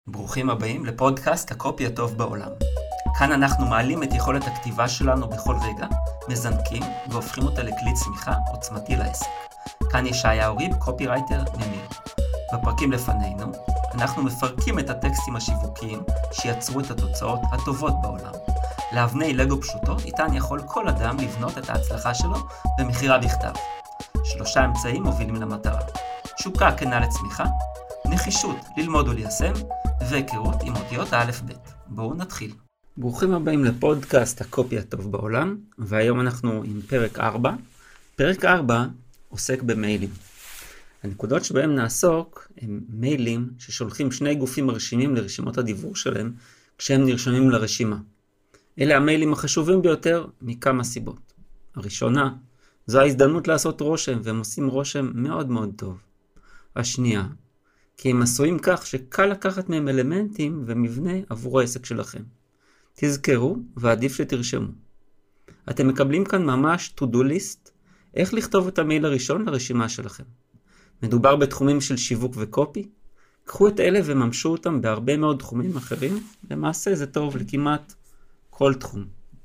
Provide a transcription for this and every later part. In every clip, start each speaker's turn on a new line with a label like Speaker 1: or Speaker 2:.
Speaker 1: ברוכים הבאים לפודקאסט הקופי הטוב בעולם. כאן אנחנו מעלים את יכולת הכתיבה שלנו בכל רגע, מזנקים והופכים אותה לכלי צמיחה עוצמתי לעסק. כאן ישעיהו ריב, קופירייטר ממיר. בפרקים לפנינו, אנחנו מפרקים את הטקסטים השיווקיים שיצרו את התוצאות הטובות בעולם. לאבני לגו פשוטות איתן יכול כל אדם לבנות את ההצלחה שלו במכירה בכתב. 3 אמצעים מובילים למטרה. תשוקה כנה לצמיחה, נחישות ללמוד וליישם, והיכרות עם אותיות האלף בית. בואו נתחיל. ברוכים הבאים לפודקאסט הקופי הטוב בעולם, והיום אנחנו עם פרק 4. פרק 4 עוסק במיילים. הנקודות שבהם נעסוק הם מיילים ששולחים 2 גופים מרשימים לרשימות הדיוור שלהם כשהם נרשמים לרשימה. אלה המיילים החשובים ביותר מכמה סיבות. הראשונה, זו ההזדמנות לעשות רושם, והם עושים רושם מאוד מאוד טוב. השנייה, כי הם עשויים כך שקל לקחת מהם אלמנטים ומבנה עבור העסק שלכם. תזכרו ועדיף שתרשמו. אתם מקבלים כאן ממש to-do list, איך לכתוב את המייל הראשון לרשימה שלכם. מדובר בתחומים של שיווק וקופי. קחו את אלה וממשו אותם בהרבה מאוד תחומים אחרים. למעשה זה טוב לכמעט כל תחום.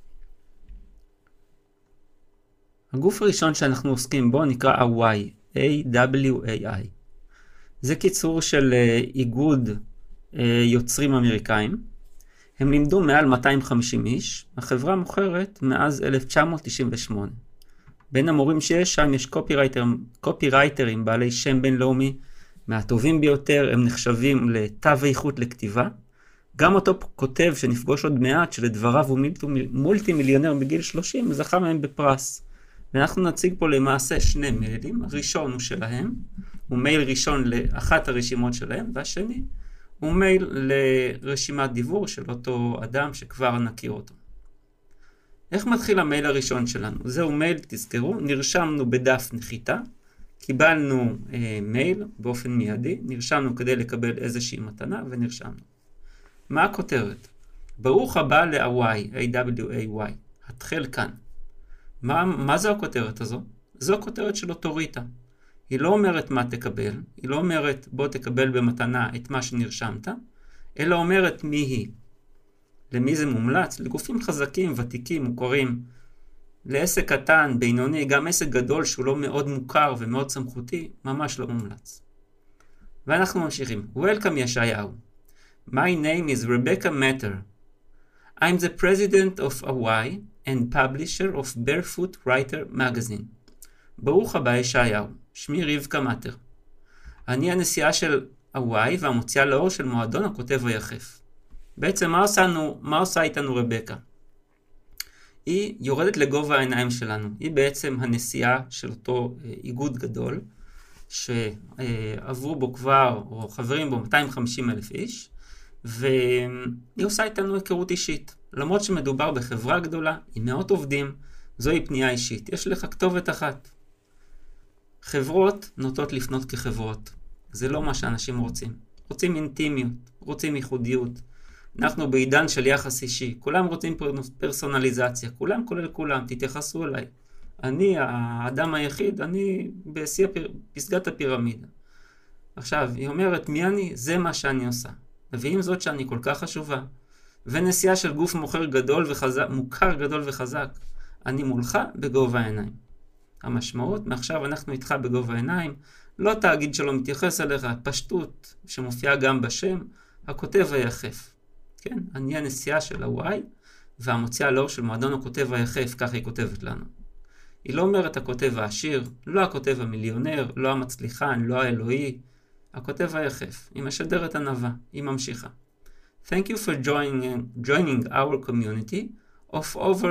Speaker 1: הגוף הראשון שאנחנו עוסקים בו נקרא AWAI, A-W-A-I. זה קיצור של איגוד יוצרים אמריקאים. הם לימדו מעל 250 איש. החברה מוכרת מאז 1998. בין המורים שיש שם יש קופירייטרים בעלי שם בינלאומי מהטובים ביותר. הם נחשבים לתו איכות לכתיבה. גם אותו כותב שנפגוש עוד מעט שלדבריו הוא מולטי מיליונר בגיל 30 זכה מהם בפרס. ואנחנו נציג פה למעשה 2 מיילים. הראשון הוא שלהם, הוא מייל ראשון לאחת הרשימות שלהם, והשני הוא מייל לרשימת דיוור של אותו אדם שכבר נכיר אותו. איך מתחיל המייל הראשון שלנו? זהו מייל, תזכרו, נרשמנו בדף נחיתה, קיבלנו מייל באופן מיידי, נרשמנו כדי לקבל איזושהי מתנה ונרשמנו. מה הכותרת? ברוך הבא ל-AWAI, A-W-A-Y, התחל כאן. מה זו הכותרת הזו? זו הכותרת של אוטוריטה. היא לא אומרת מה תקבל, היא לא אומרת בוא תקבל במתנה את מה שנרשמת, אלא אומרת מי היא. למי זה מומלץ? לגופים חזקים, ותיקים, מוכרים. לעסק קטן, בינוני, גם עסק גדול שהוא לא מאוד מוכר ומאוד סמכותי, ממש לא מומלץ. ואנחנו ממשיכים. Welcome ישעיהו. My name is Rebecca Matter. I'm the president of AWAI and publisher of Barefoot Writer Magazine. ברוך הבא ישעיהו. שמי רבקה מטר. אני הנשיאה של AWAI והמוציאה לאור של מועדון הכותב היחף. בעצם מה עושה איתנו רבקה? היא יורדת לגובה העיניים שלנו. היא בעצם הנשיאה של אותו איגוד גדול, שעברו בו כבר, או חברים בו 250,000 איש, והיא עושה איתנו היכרות אישית. למרות שמדובר בחברה גדולה, עם מאות עובדים, זוהי פנייה אישית. יש לך כתובת אחת. חברות נוטות לפנות כחברות. זה לא מה שאנשים רוצים. רוצים אינטימיות, רוצים ייחודיות. אנחנו בעידן של יחס אישי. כולם רוצים פרסונליזציה. כולם כולל כולם. תתייחסו אליי. אני האדם היחיד, אני בשיא פסגת הפירמידה. עכשיו, היא אומרת, מי אני? זה מה שאני עושה. ועם זאת שאני כל כך חשובה. ונשיאה של גוף מוכר גדול וחזק, מוכר גדול וחזק. אני מולך בגובה העיניים. המשמעות, מעכשיו אנחנו איתך בגובה העיניים, לא תאגיד שלא מתייחס אליך, פשטות שמופיעה גם בשם, הכותב היחף. כן, אני הנשיאה של AWAI, והמוציאה לאור של מועדון הכותב היחף, ככה היא כותבת לנו. היא לא אומרת הכותב העשיר, לא הכותב המיליונר, לא המצליחן, לא האלוהי, הכותב היחף. היא משדרת ענווה, היא ממשיכה. Thank you for joining our community of over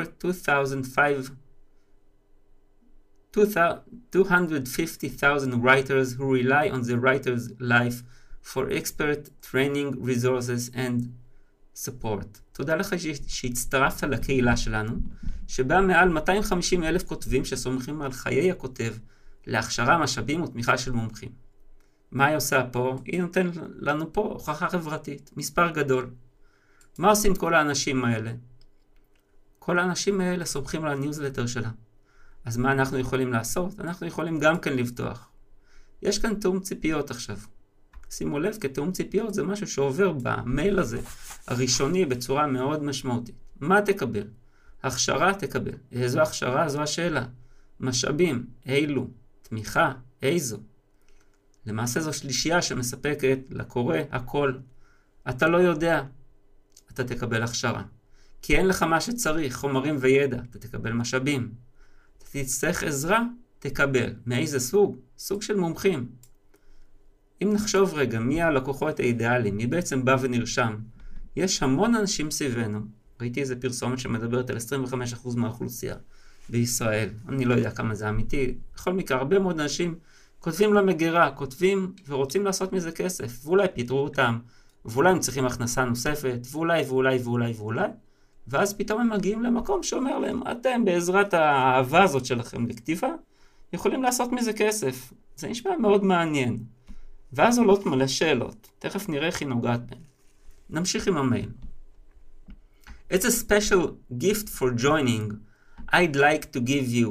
Speaker 1: 250,000 writers who rely on the writer's life for expert training, resources and support. תודה לך שהצטרפת לקהילה שלנו, שבה מעל 250,000 כותבים שסומכים על חיי הכותב להכשרה, משאבים ותמיכה של מומחים. מה היא עושה פה? היא נותנת לנו פה הוכחה חברתית, מספר גדול. מה עושים כל האנשים האלה? כל האנשים האלה סומכים על הניוזלטר שלה. אז מה אנחנו יכולים לעשות? אנחנו יכולים גם כן לפתוח. יש כאן תאום ציפיות עכשיו. שימו לב, כתאום ציפיות זה משהו שעובר במייל הזה, הראשוני, בצורה מאוד משמעותית. מה תקבל? הכשרה תקבל. איזו הכשרה? זו השאלה. משאבים, אילו. תמיכה, איזו. למעשה זו שלישייה שמספקת לקורא הכל. אתה לא יודע, אתה תקבל הכשרה. כי אין לך מה שצריך, חומרים וידע, אתה תקבל משאבים. אתה תצטרך עזרה, תקבל. מאיזה סוג? סוג של מומחים. אם נחשוב רגע מי הלקוחות האידיאליים, מי בעצם בא ונרשם, יש המון אנשים סביבנו. ראיתי איזה פרסומת שמדברת על 25% מהאוכלוסייה בישראל. אני לא יודע כמה זה אמיתי. בכל מקרה, הרבה מאוד אנשים כותבים למגירה, כותבים ורוצים לעשות מזה כסף, ואולי פיתרו אותם, ואולי הם צריכים הכנסה נוספת, ואולי, ואז פתאום הם מגיעים למקום שאומר להם, אתם בעזרת האהבה הזאת שלכם לכתיבה, יכולים לעשות מזה כסף. זה נשמע מאוד מעניין. ואז עולות מלא שאלות. תכף נראה איך היא נוגעת בהן. נמשיך עם המייל. It's a special gift for joining. I'd like to give you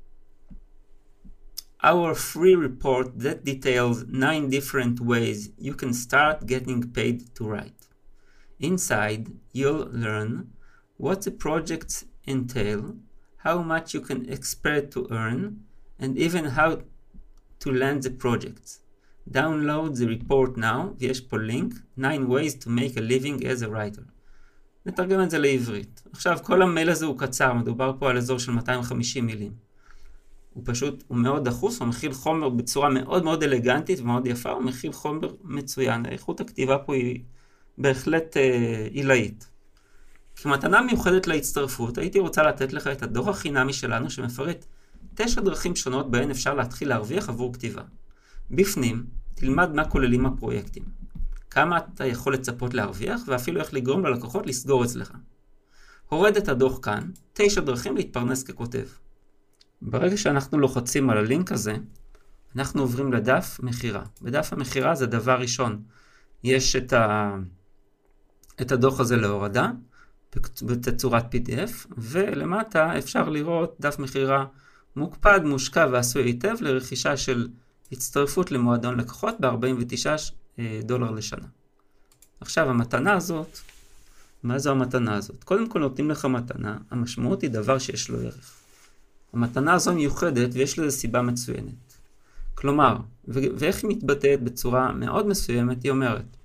Speaker 1: our free report that details 9 different ways you can start getting paid to write. Inside, you'll learn what the projects entail, how much you can expect to earn, and even how to land the projects. Download the report now, ויש פה לינק, 9 ways to make a living as a writer. נתרגם את זה לעברית. עכשיו, כל המייל הזה הוא קצר, מדובר פה על אזור של 250 מילים. הוא מאוד דחוס, הוא מכיל חומר בצורה מאוד מאוד אלגנטית ומאוד יפה, הוא מכיל חומר מצוין. איכות הכתיבה פה היא בהחלט עילאית. כמתנה מיוחדת להצטרפות, הייתי רוצה לתת לך את הדוח החינמי שלנו שמפרט 9 דרכים שונות בהן אפשר להתחיל להרוויח עבור כתיבה. בפנים, תלמד מה כוללים הפרויקטים. כמה אתה יכול לצפות להרוויח, ואפילו איך לגרום ללקוחות לסגור אצלך. הורד את הדוח כאן, 9 דרכים להתפרנס ככותב. ברגע שאנחנו לוחצים על הלינק הזה, אנחנו עוברים לדף מחירה. בדף המחירה זה דבר ראשון. יש את הדוח הזה להורדה, בתצורת PDF, ולמטה אפשר לראות דף מחירה מוקפד, מושקע ועשוי היטב לרכישה של הצטרפות למועדון לקוחות ב$49 לשנה. עכשיו, המתנה הזאת, מה זו המתנה הזאת? קודם כל נותנים לך מתנה, המשמעות היא דבר שיש לו ערך. המתנה הזו מיוחדת ויש לזה סיבה מצוינת. כלומר, ואיך היא מתבטאת בצורה מאוד מסוימת, היא אומרת,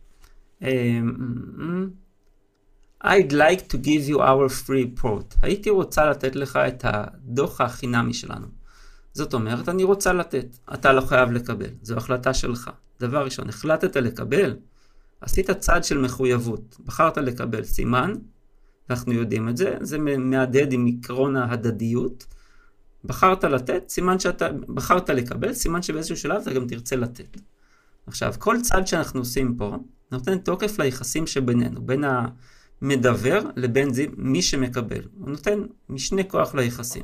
Speaker 1: I'd like to give you our free report. הייתי רוצה לתת לך את הדוח החינמי שלנו. זאת אומרת, אני רוצה לתת. אתה לא חייב לקבל. זו החלטה שלך. דבר ראשון, החלטת לקבל, עשית צעד של מחויבות. בחרת לקבל סימן, ואנחנו יודעים את זה, זה מהדהד עם עקרון ההדדיות. בחרת לתת, סימן בחרת לקבל, סימן שבאיזשהו שלב אתה גם תרצה לתת. עכשיו, כל צעד שאנחנו עושים פה, נותן תוקף ליחסים שבינינו, בין המדבר לבין מי שמקבל. הוא נותן משנה כוח ליחסים.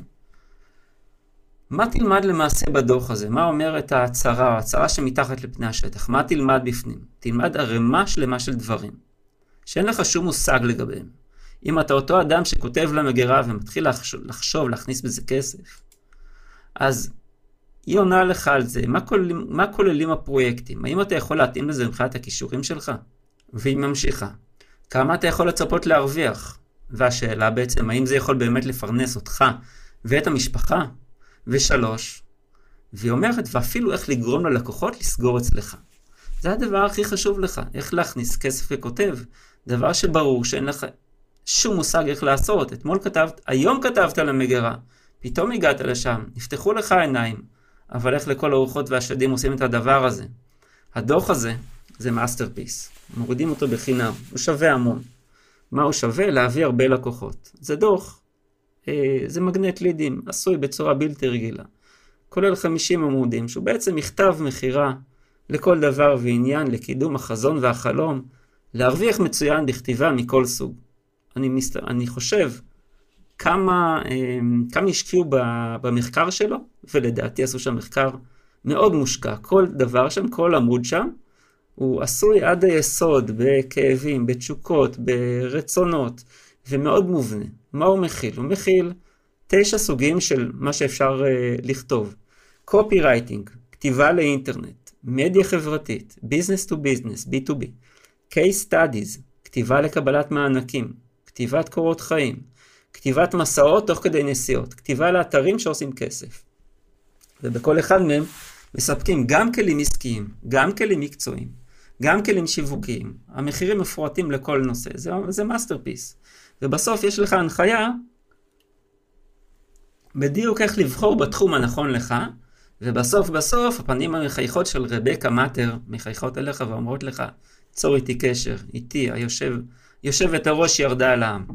Speaker 1: מה תלמד למעשה בדוח הזה? מה אומרת ההצהרה שמתחת לפני השטח? מה תלמד בפנים? תלמד ערימה שלמה של דברים, שאין לך שום מושג לגביהם. אם אתה אותו אדם שכותב למגירה ומתחיל לחשוב, להכניס בזה כסף, אז היא עונה לך על זה. מה כוללים הפרויקטים? האם אתה יכול להתאים לזה מבחינת הכישורים שלך? והיא ממשיכה. כמה אתה יכול לצפות להרוויח? והשאלה בעצם, האם זה יכול באמת לפרנס אותך ואת המשפחה? ושלוש, והיא אומרת, ואפילו איך לגרום ללקוחות לסגור אצלך. זה הדבר הכי חשוב לך, איך להכניס כסף וכותב. דבר שברור שאין לך שום מושג איך לעשות. היום כתבת למגירה, פתאום הגעת לשם, נפתחו לך העיניים, אבל איך לכל האורחות והשדים עושים את הדבר הזה? הדוח הזה זה מאסטרפיס. מורידים אותו בחינם, הוא שווה המון. מה הוא שווה? להביא הרבה לקוחות. זה דוח. זה מגנט לידים, עשוי בצורה בלתי רגילה. כולל 50 עמודים, שהוא בעצם מכתב מחירה לכל דבר ועניין, לקידום החזון והחלום, להרוויח מצוין בכתיבה מכל סוג. אני חושב כמה השקיעו במחקר שלו, ולדעתי עשו שם מחקר מאוד מושקע. כל דבר שם, כל עמוד שם, הוא עשוי עד היסוד, בכאבים, בתשוקות, ברצונות, ומאוד מובנה. מה הוא מכיל? הוא מכיל 9 סוגים של מה שאפשר לכתוב. קופי רייטינג, כתיבה לאינטרנט, מדיה חברתית, business to business, B2B, case studies, כתיבה לקבלת מענקים, כתיבת קורות חיים, כתיבת מסעות תוך כדי נסיעות, כתיבה לאתרים שעושים כסף. ובכל אחד מהם מספקים גם כלים עסקיים, גם כלים מקצועיים, גם כלים שיווקיים. המחירים מפורטים לכל נושא, זה מאסטרפיס. ובסוף יש לך הנחיה בדיוק איך לבחור בתחום הנכון לך, ובסוף הפנים המחייכות של רבקה מאטר מחייכות אליך ואומרות לך, צור איתי קשר, איתי, יושבת הראש ירדה על העם.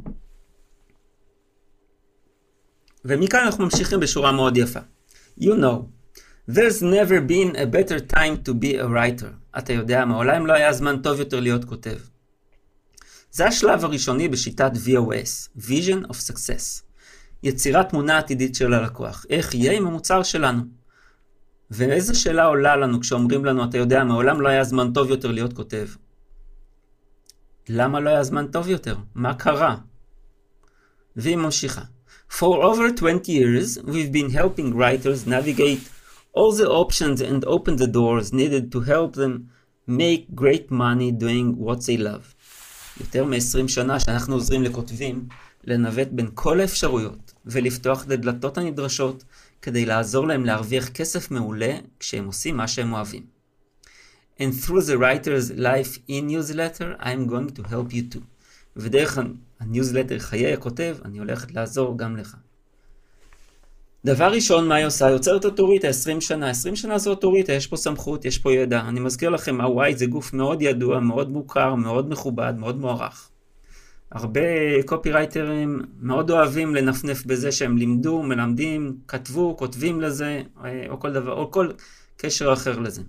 Speaker 1: ומכאן אנחנו ממשיכים בשורה מאוד יפה. You know, there's never been a better time to be a writer. אתה יודע, מעולם לא היה זמן טוב יותר להיות כותב. זה השלב הראשוני בשיטת VOS, Vision of Success. יצירת תמונה עתידית של הלקוח. איך יהיה עם המוצר שלנו? ואיזה שאלה עולה לנו כשאומרים לנו, אתה יודע, מעולם לא היה זמן טוב יותר להיות כותב? למה לא היה זמן טוב יותר? מה קרה? והיא ממשיכה. For over 20 years, we've been helping writers navigate all the options and open the doors needed to help them make great money doing what they love. יותר מ-20 שנה שאנחנו עוזרים לכותבים לנווט בין כל האפשרויות ולפתוח את הדלתות הנדרשות כדי לעזור להם להרוויח כסף מעולה כשהם עושים מה שהם אוהבים. And through the writer's life in newsletter, I'm going to help you too. ודרך הניוזלטר חיי הכותב, אני הולכת לעזור גם לך. דבר ראשון, מה היא עושה? יוצרת אוטוריטה 20 שנה. 20 שנה זו אוטוריטה, יש פה סמכות, יש פה ידע. אני מזכיר לכם, הוואי זה גוף מאוד ידוע, מאוד מוכר, מאוד מכובד, מאוד מוערך. הרבה קופירייטרים מאוד אוהבים לנפנף בזה שהם לימדו, מלמדים, כתבו, כותבים לזה, או כל דבר, או כל קשר אחר לזה.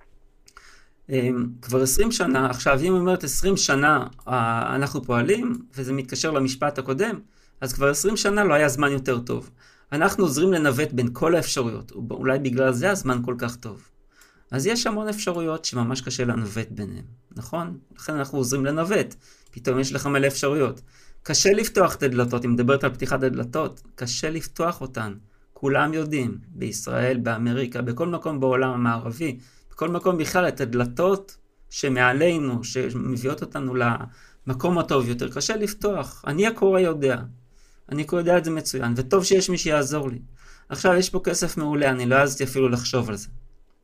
Speaker 1: כבר 20 שנה, עכשיו אם אומרת 20 שנה אנחנו פועלים, וזה מתקשר למשפט הקודם, אז כבר 20 שנה לא היה זמן יותר טוב. אנחנו עוזרים לנווט בין כל האפשרויות, אולי בגלל זה הזמן כל כך טוב. אז יש המון אפשרויות שממש קשה לנווט ביניהם, נכון? לכן אנחנו עוזרים לנווט, פתאום יש לך מלא אפשרויות. קשה לפתוח את הדלתות, אם מדברת על פתיחת הדלתות, קשה לפתוח אותן. כולם יודעים, בישראל, באמריקה, בכל מקום בעולם המערבי, בכל מקום בכלל את הדלתות שמעלינו, שמביאות אותנו למקום הטוב יותר, קשה לפתוח. אני הקורא יודע. אני יודע את זה מצוין, וטוב שיש מי שיעזור לי. עכשיו יש פה כסף מעולה, אני לא העזתי אפילו לחשוב על זה.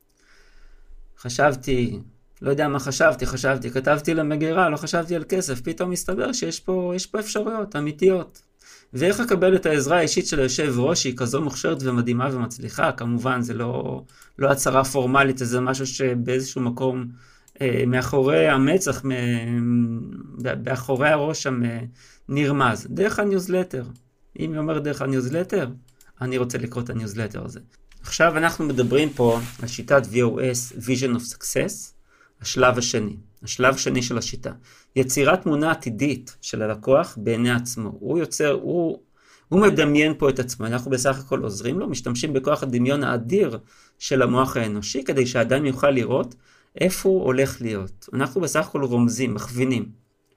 Speaker 1: חשבתי, לא יודע מה חשבתי, כתבתי למגירה, לא חשבתי על כסף, פתאום מסתבר שיש פה אפשרויות אמיתיות. ואיך אקבל את העזרה האישית של היושב ראש, שהיא כזו מוכשרת ומדהימה ומצליחה, כמובן זה לא הצהרה פורמלית, זה משהו שבאיזשהו מקום מאחורי המצח, באחורי הראש שם נרמז, דרך הניוזלטר. אם היא אומרת דרך הניוזלטר, אני רוצה לקרוא את הניוזלטר הזה. עכשיו אנחנו מדברים פה על שיטת VOS, Vision of Success, השלב השני של השיטה. יצירת תמונה עתידית של הלקוח בעיני עצמו. הוא מדמיין פה את עצמו. אנחנו בסך הכל עוזרים לו, משתמשים בכוח הדמיון האדיר של המוח האנושי, כדי שהאדם יוכל לראות איפה הוא הולך להיות. אנחנו בסך הכל רומזים, מכווינים.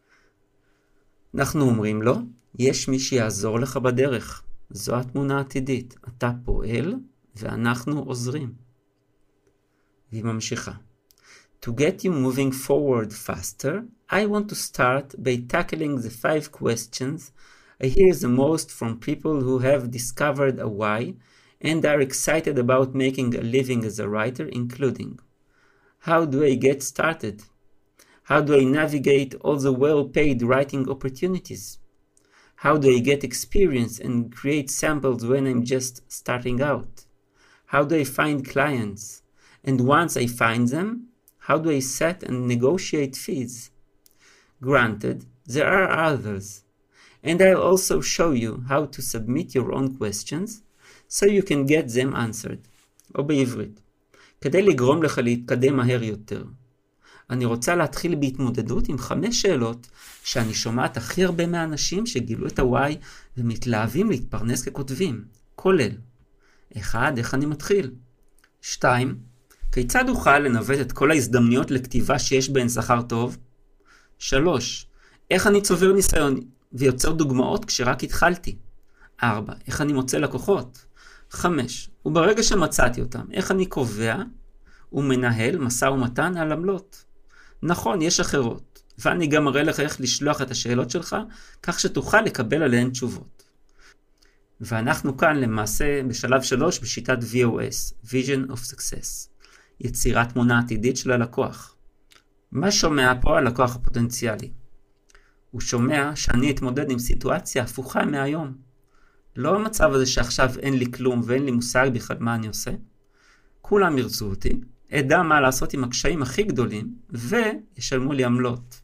Speaker 1: אנחנו אומרים לו, יש מי שיעזור לך בדרך. זו התמונה העתידית. אתה פועל ואנחנו עוזרים. והיא ממשיכה. To get you moving forward faster, I want to start by tackling the 5 questions I hear the most from people who have discovered a why and are excited about making a living as a writer, including: how do I get started? How do I navigate all the well-paid writing opportunities? How do I get experience and create samples when I'm just starting out? How do I find clients? And once I find them, how do I set and negotiate fees? Granted, there are others, and I'll also show you how to submit your own questions so you can get them answered. או בעברית, כדי לגרום לך להתקדם מהר יותר. אני רוצה להתחיל בהתמודדות עם 5 שאלות שאני שומעת הכי הרבה מהאנשים שגילו את ה-why ומתלהבים להתפרנס ככותבים, כולל 1. איך אני מתחיל? 2. כיצד אוכל לנווט את כל ההזדמנויות לכתיבה שיש בהן שכר טוב? 3. איך אני צובר ניסיון ויוצר דוגמאות כשרק התחלתי? 4. איך אני מוצא לקוחות? 5. וברגע שמצאתי אותם, איך אני קובע ומנהל משא ומתן על עמלות. נכון, יש אחרות, ואני גם אראה לך איך לשלוח את השאלות שלך, כך שתוכל לקבל עליהן תשובות. ואנחנו כאן למעשה בשלב 3 בשיטת VOS, Vision of Success, יצירת תמונה עתידית של הלקוח. מה שומע פה הלקוח הפוטנציאלי? הוא שומע שאני אתמודד עם סיטואציה הפוכה מהיום. לא המצב הזה שעכשיו אין לי כלום ואין לי מושג בכלל מה אני עושה. כולם ירצו אותי, אדע מה לעשות עם הקשיים הכי גדולים, וישלמו לי עמלות.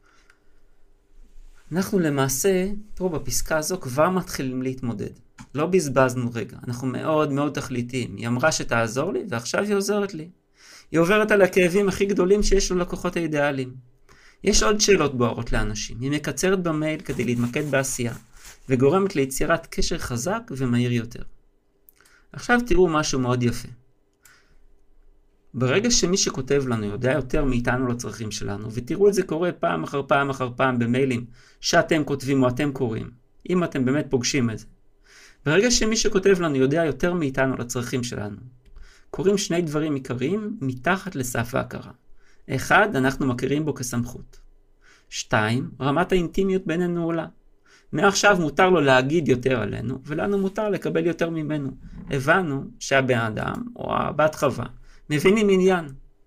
Speaker 1: אנחנו למעשה, פה בפסקה הזו, כבר מתחילים להתמודד. לא בזבזנו רגע, אנחנו מאוד מאוד תכליתיים. היא אמרה שתעזור לי, ועכשיו היא עוזרת לי. היא עוברת על הכאבים הכי גדולים שיש ללקוחות האידיאליים. יש עוד שאלות בוערות לאנשים. היא מקצרת במייל כדי להתמקד בעשייה, וגורמת ליצירת קשר חזק ומהיר יותר. עכשיו תראו משהו מאוד יפה. ברגע שמי שכותב לנו יודע יותר מאיתנו לצרכים שלנו, ותראו את זה קורה פעם אחר פעם אחר פעם במיילים שאתם כותבים או אתם קוראים, אם אתם באמת פוגשים את זה. ברגע שמי שכותב לנו יודע יותר מאיתנו לצרכים שלנו, קוראים שני דברים עיקריים מתחת לסף ההכרה. 1, אנחנו מכירים בו כסמכות. 2, רמת האינטימיות בינינו עולה. מעכשיו מותר לו להגיד יותר עלינו, ולנו מותר לקבל יותר ממנו. הבנו שהבן אדם או הבת חווה מבינים עניין.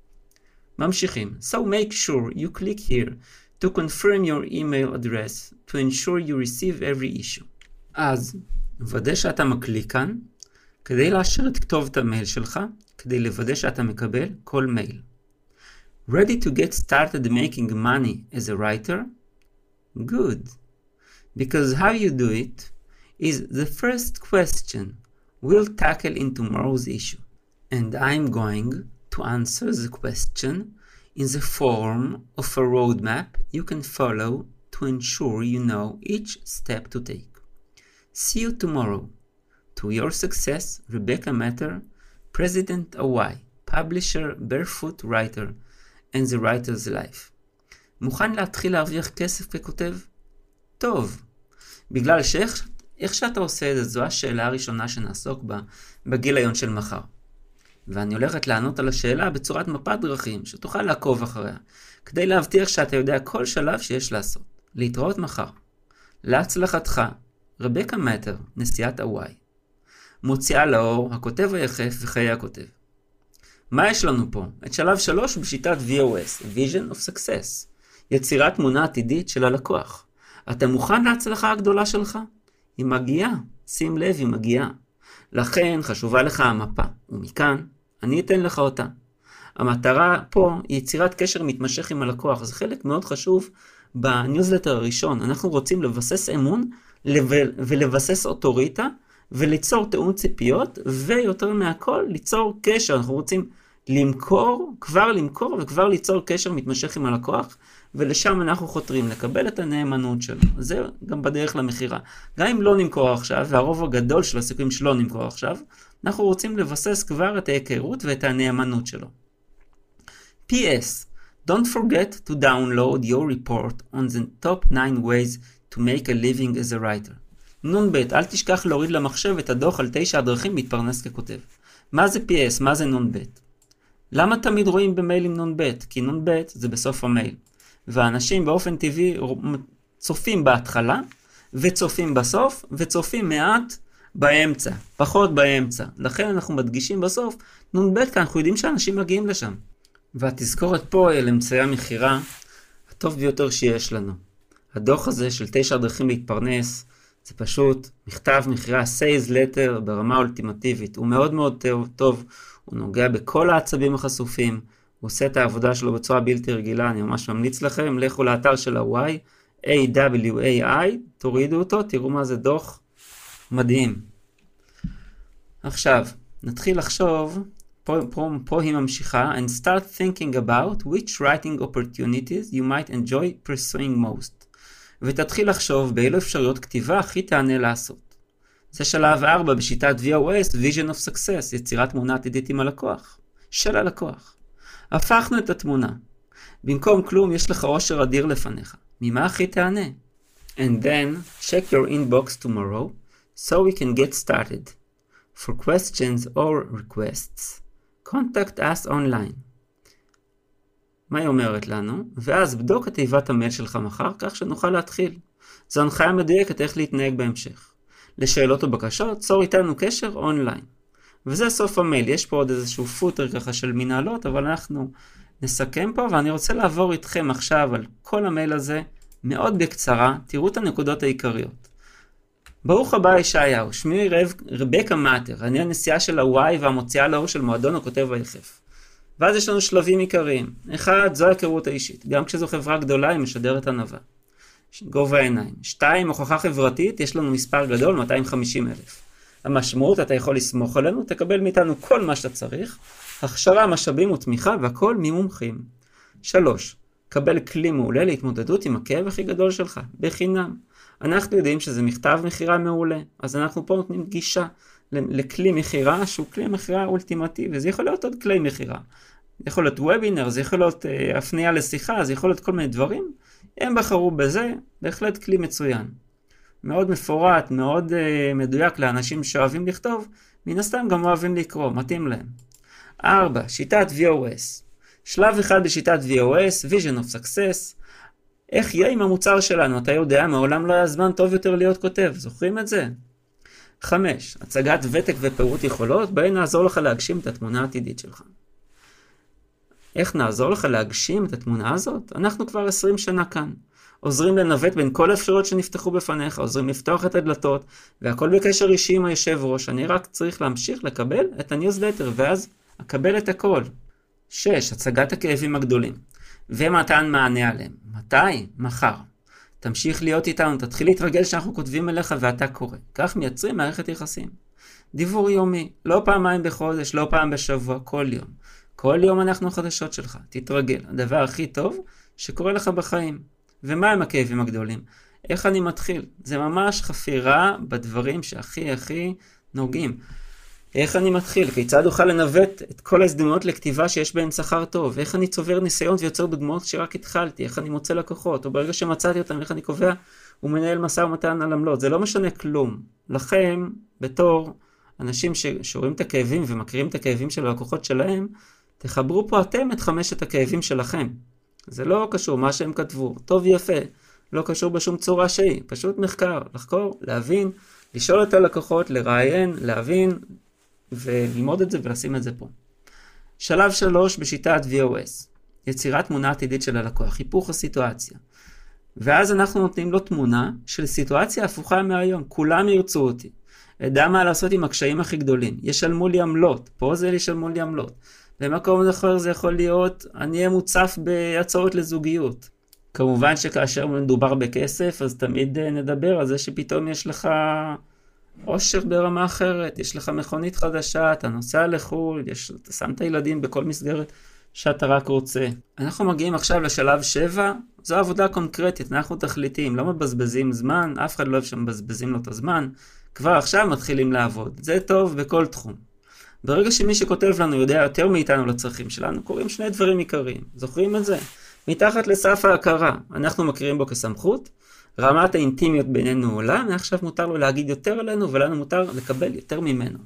Speaker 1: ממשיכים. So make sure you click here to confirm your email address to ensure you receive every issue. אז ודא שאתה מקליק כאן כדי לאשר את כתובת המייל שלך, כדי לוודא שאתה מקבל כל מייל. Ready to get started making money as a writer? Good. Because how you do it is the first question we'll tackle in tomorrow's issue. And I'm going to answer the question in the form of a roadmap you can follow to ensure you know each step to take. See you tomorrow. To your success, Rebecca Matter, President OY, Publisher, Barefoot Writer, and the Writer's Life. מוכן להתחיל להרוויח כסף ככותב? טוב. בגלל איך שאתה עושה את זה, זו השאלה הראשונה שנעסוק בה בגיליון של מחר. ואני הולכת לענות על השאלה בצורת מפת דרכים, שתוכל לעקוב אחריה, כדי להבטיח שאתה יודע כל שלב שיש לעשות. להתראות מחר. להצלחתך, רבקה מטר, נשיאת הוואי. מוציאה לאור, הכותב היחף וחיי הכותב. מה יש לנו פה? את שלב 3 בשיטת VOS, Vision of Success, יצירת תמונה עתידית של הלקוח. אתה מוכן להצלחה הגדולה שלך? היא מגיעה, שים לב, היא מגיעה. לכן חשובה לך המפה, ומכאן אני אתן לך אותה. המטרה פה היא יצירת קשר מתמשך עם הלקוח, זה חלק מאוד חשוב בניוזלטר הראשון. אנחנו רוצים לבסס אמון ולבסס אוטוריטה, וליצור תאום ציפיות, ויותר מהכל ליצור קשר. אנחנו רוצים למכור וכבר ליצור קשר מתמשך עם הלקוח, ולשם אנחנו חותרים לקבל את הנאמנות שלו. זה גם בדרך למחירה. גם אם לא נמכור עכשיו, והרוב הגדול של הסיכויים שלא נמכור עכשיו, אנחנו רוצים לבסס כבר את ההיכרות ואת הנאמנות שלו. P.S. Don't forget to download your report on the top 9 ways to make a living as a writer. נ"ב, אל תשכח להוריד למחשב את הדוח על 9 הדרכים להתפרנס ככותב. מה זה P.S? מה זה נ"ב? למה תמיד רואים במיילים נ"ב? כי נ"ב זה בסוף המייל. והאנשים באופן טבעי צופים בהתחלה, וצופים בסוף, וצופים מעט באמצע, פחות באמצע. לכן אנחנו מדגישים בסוף, נ"ב, כי אנחנו יודעים שאנשים מגיעים לשם. והתזכורת פה היא על אמצעי המחירה הטוב ביותר שיש לנו. הדוח הזה של 9 דרכים להתפרנס, זה פשוט מכתב מחירה, sales letter ברמה אולטימטיבית. הוא מאוד מאוד טוב, הוא נוגע בכל העצבים החשופים, הוא עושה את העבודה שלו בצורה בלתי רגילה. אני ממש ממליץ לכם, לכו לאתר של הוואי, AWAI, תורידו אותו, תראו מה זה דוח מדהים. עכשיו, נתחיל לחשוב, פה היא ממשיכה, and start thinking about which writing opportunities you might enjoy pursuing most. ותתחיל לחשוב באילו אפשרויות כתיבה הכי תענה לעשות. זה שלב 4 בשיטת VOS, Vision of Success, יצירת תמונה עתידית עם הלקוח, של הלקוח. הפכנו את התמונה. במקום כלום יש לך עושר אדיר לפניך. ממה הכי תענה? And then check your inbox tomorrow so we can get started. For questions or requests, contact us online. מה היא אומרת לנו? ואז בדוק את תיבת המייל שלך מחר, כך שנוכל להתחיל. זו הנחיה מדויקת איך להתנהג בהמשך. לשאלות או בקשות, צור איתנו קשר אונליין. וזה סוף המייל. יש פה עוד איזשהו פוטר ככה של מנהלות, אבל אנחנו נסכם פה, ואני רוצה לעבור איתכם עכשיו על כל המייל הזה, מאוד בקצרה. תראו את הנקודות העיקריות. ברוך הבא ישעיהו, שמי רבקה מאטר, אני הנשיאה של הוואי והמוציאה לאור של מועדון הכותב היחף. ואז יש לנו שלבים עיקריים. אחד, זו ההיכרות האישית. גם כשזו חברה גדולה, היא משדרת ענווה. גובה העיניים. 2, הוכחה חברתית, יש לנו מספר גדול, 250,000. המשמעות, אתה יכול לסמוך עלינו, תקבל מאיתנו כל מה שאתה צריך, הכשרה, משאבים ותמיכה, והכל ממומחים. 3, קבל כלי מעולה להתמודדות עם הכאב הכי גדול שלך, בחינם. אנחנו יודעים שזה מכתב מחירה מעולה, אז אנחנו פה נותנים גישה לכלי מחירה, שהוא כלי מחירה אולטימטיבי, זה יכול להיות עוד כלי מחירה. זה יכול להיות וובינר, זה יכול להיות הפנייה לשיחה, זה יכול להיות כל מיני דברים. הם בחרו בזה, בהחלט כלי מצוין. מאוד מפורט, מאוד מדויק לאנשים שאוהבים לכתוב, מן הסתם גם אוהבים לקרוא, מתאים להם. 4, שיטת VOS. שלב אחד בשיטת VOS, Vision of Success. איך יהיה עם המוצר שלנו? אתה יודע, מעולם לא היה זמן טוב יותר להיות כותב, זוכרים את זה? 5, הצגת ותק ופירוט יכולות, בהן נעזור לך להגשים את התמונה העתידית שלך. איך נעזור לך להגשים את התמונה הזאת? אנחנו כבר 20 שנה כאן. עוזרים לנווט בין כל האפשרויות שנפתחו בפניך, עוזרים לפתוח את הדלתות, והכל בקשר אישי עם היושב ראש. אני רק צריך להמשיך לקבל את הניוזלטר, ואז אקבל את הכל. 6, הצגת הכאבים הגדולים, ומתן מענה עליהם. מתי? מחר. תמשיך להיות איתנו, תתחיל להתרגל שאנחנו כותבים אליך ואתה קורא. כך מייצרים מערכת יחסים. דיבור יומי, לא פעמיים בחודש, לא פעם בשבוע, כל יום. כל יום אנחנו חדשות שלך, תתרגל. הדבר הכי טוב שקורה לך בחיים. ומה הם הכאבים הגדולים? איך אני מתחיל? זה ממש חפירה בדברים שהכי נוגעים. איך אני מתחיל? כיצד אוכל לנווט את כל ההזדמנויות לכתיבה שיש בהן שכר טוב? איך אני צובר ניסיון ויוצר דוגמאות שרק התחלתי? איך אני מוצא לקוחות? או ברגע שמצאתי אותם, איך אני קובע ומנהל משא ומתן על עמלות? זה לא משנה כלום. לכם, בתור אנשים שרואים את הכאבים ומכירים את הכאבים של הלקוחות שלהם, תחברו פה אתם את 5 הכאבים שלכם. זה לא קשור מה שהם כתבו. טוב יפה. לא קשור בשום צורה שהיא. פשוט מחקר, לחקור, להבין, לשאול את הלקוחות, לראיין, להבין, וללמוד את זה ולשים את זה פה. שלב 3 בשיטת VOS. יצירת תמונה עתידית של הלקוח. היפוך הסיטואציה. ואז אנחנו נותנים לו תמונה של סיטואציה הפוכה מהיום. כולם ירצו אותי. אדע מה לעשות עם הקשיים הכי גדולים. ישלמו לי עמלות. פה זה ישלמו לי עמלות. במקום אחר זה יכול להיות, אני אהיה מוצף בהצעות לזוגיות. כמובן שכאשר מדובר בכסף, אז תמיד נדבר על זה שפתאום יש לך עושר ברמה אחרת, יש לך מכונית חדשה, אתה נוסע לחו"ל, אתה שם את הילדים בכל מסגרת שאתה רק רוצה. אנחנו מגיעים עכשיו לשלב 7, זו עבודה קונקרטית, אנחנו תחליטים, לא מבזבזים זמן, אף אחד לא אוהב שמבזבזים לו את הזמן, כבר עכשיו מתחילים לעבוד, זה טוב בכל תחום. ברגע שמי שכותב לנו יודע יותר מאיתנו לצרכים שלנו, קוראים 2 דברים עיקריים. זוכרים את זה? מתחת לסף ההכרה, אנחנו מכירים בו כסמכות, רמת האינטימיות בינינו עולה, ועכשיו מותר לו להגיד יותר עלינו, ולנו מותר לקבל יותר ממנו.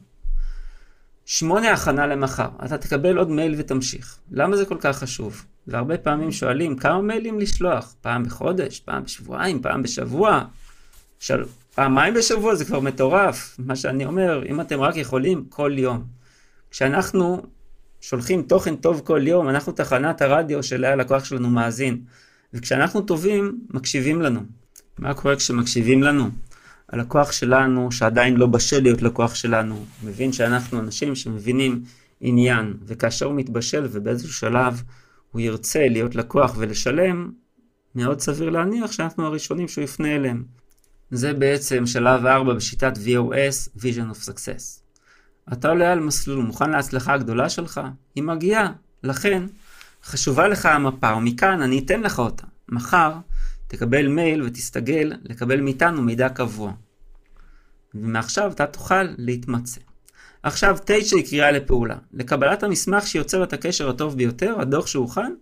Speaker 1: 8, הכנה למחר. אתה תקבל עוד מייל ותמשיך. למה זה כל כך חשוב? והרבה פעמים שואלים, כמה מיילים לשלוח? פעם בחודש, פעם בשבועיים, פעם בשבוע? פעמיים בשבוע זה כבר מטורף. מה שאני אומר, אם אתם רק יכולים, כל יום. כשאנחנו שולחים תוכן טוב כל יום, אנחנו תחנת הרדיו של הלקוח שלנו מאזין. וכשאנחנו טובים, מקשיבים לנו. מה קורה כשמקשיבים לנו? הלקוח שלנו, שעדיין לא בשל להיות לקוח שלנו, מבין שאנחנו אנשים שמבינים עניין, וכאשר הוא מתבשל ובאיזשהו שלב הוא ירצה להיות לקוח ולשלם, מאוד סביר להניח שאנחנו הראשונים שהוא יפנה אליהם. זה בעצם שלב 4 בשיטת VOS, Vision of Success. אתה עולה על מסלול, מוכן להצלחה הגדולה שלך? היא מגיעה. לכן, חשובה לך המפה, ומכאן אני אתן לך אותה. מחר תקבל מייל ותסתגל לקבל מאיתנו מידע קבוע. ומעכשיו אתה תוכל להתמצא. עכשיו 9 היא קריאה לפעולה. לקבלת המסמך שיוצר את הקשר הטוב ביותר, הדוח שהוכן,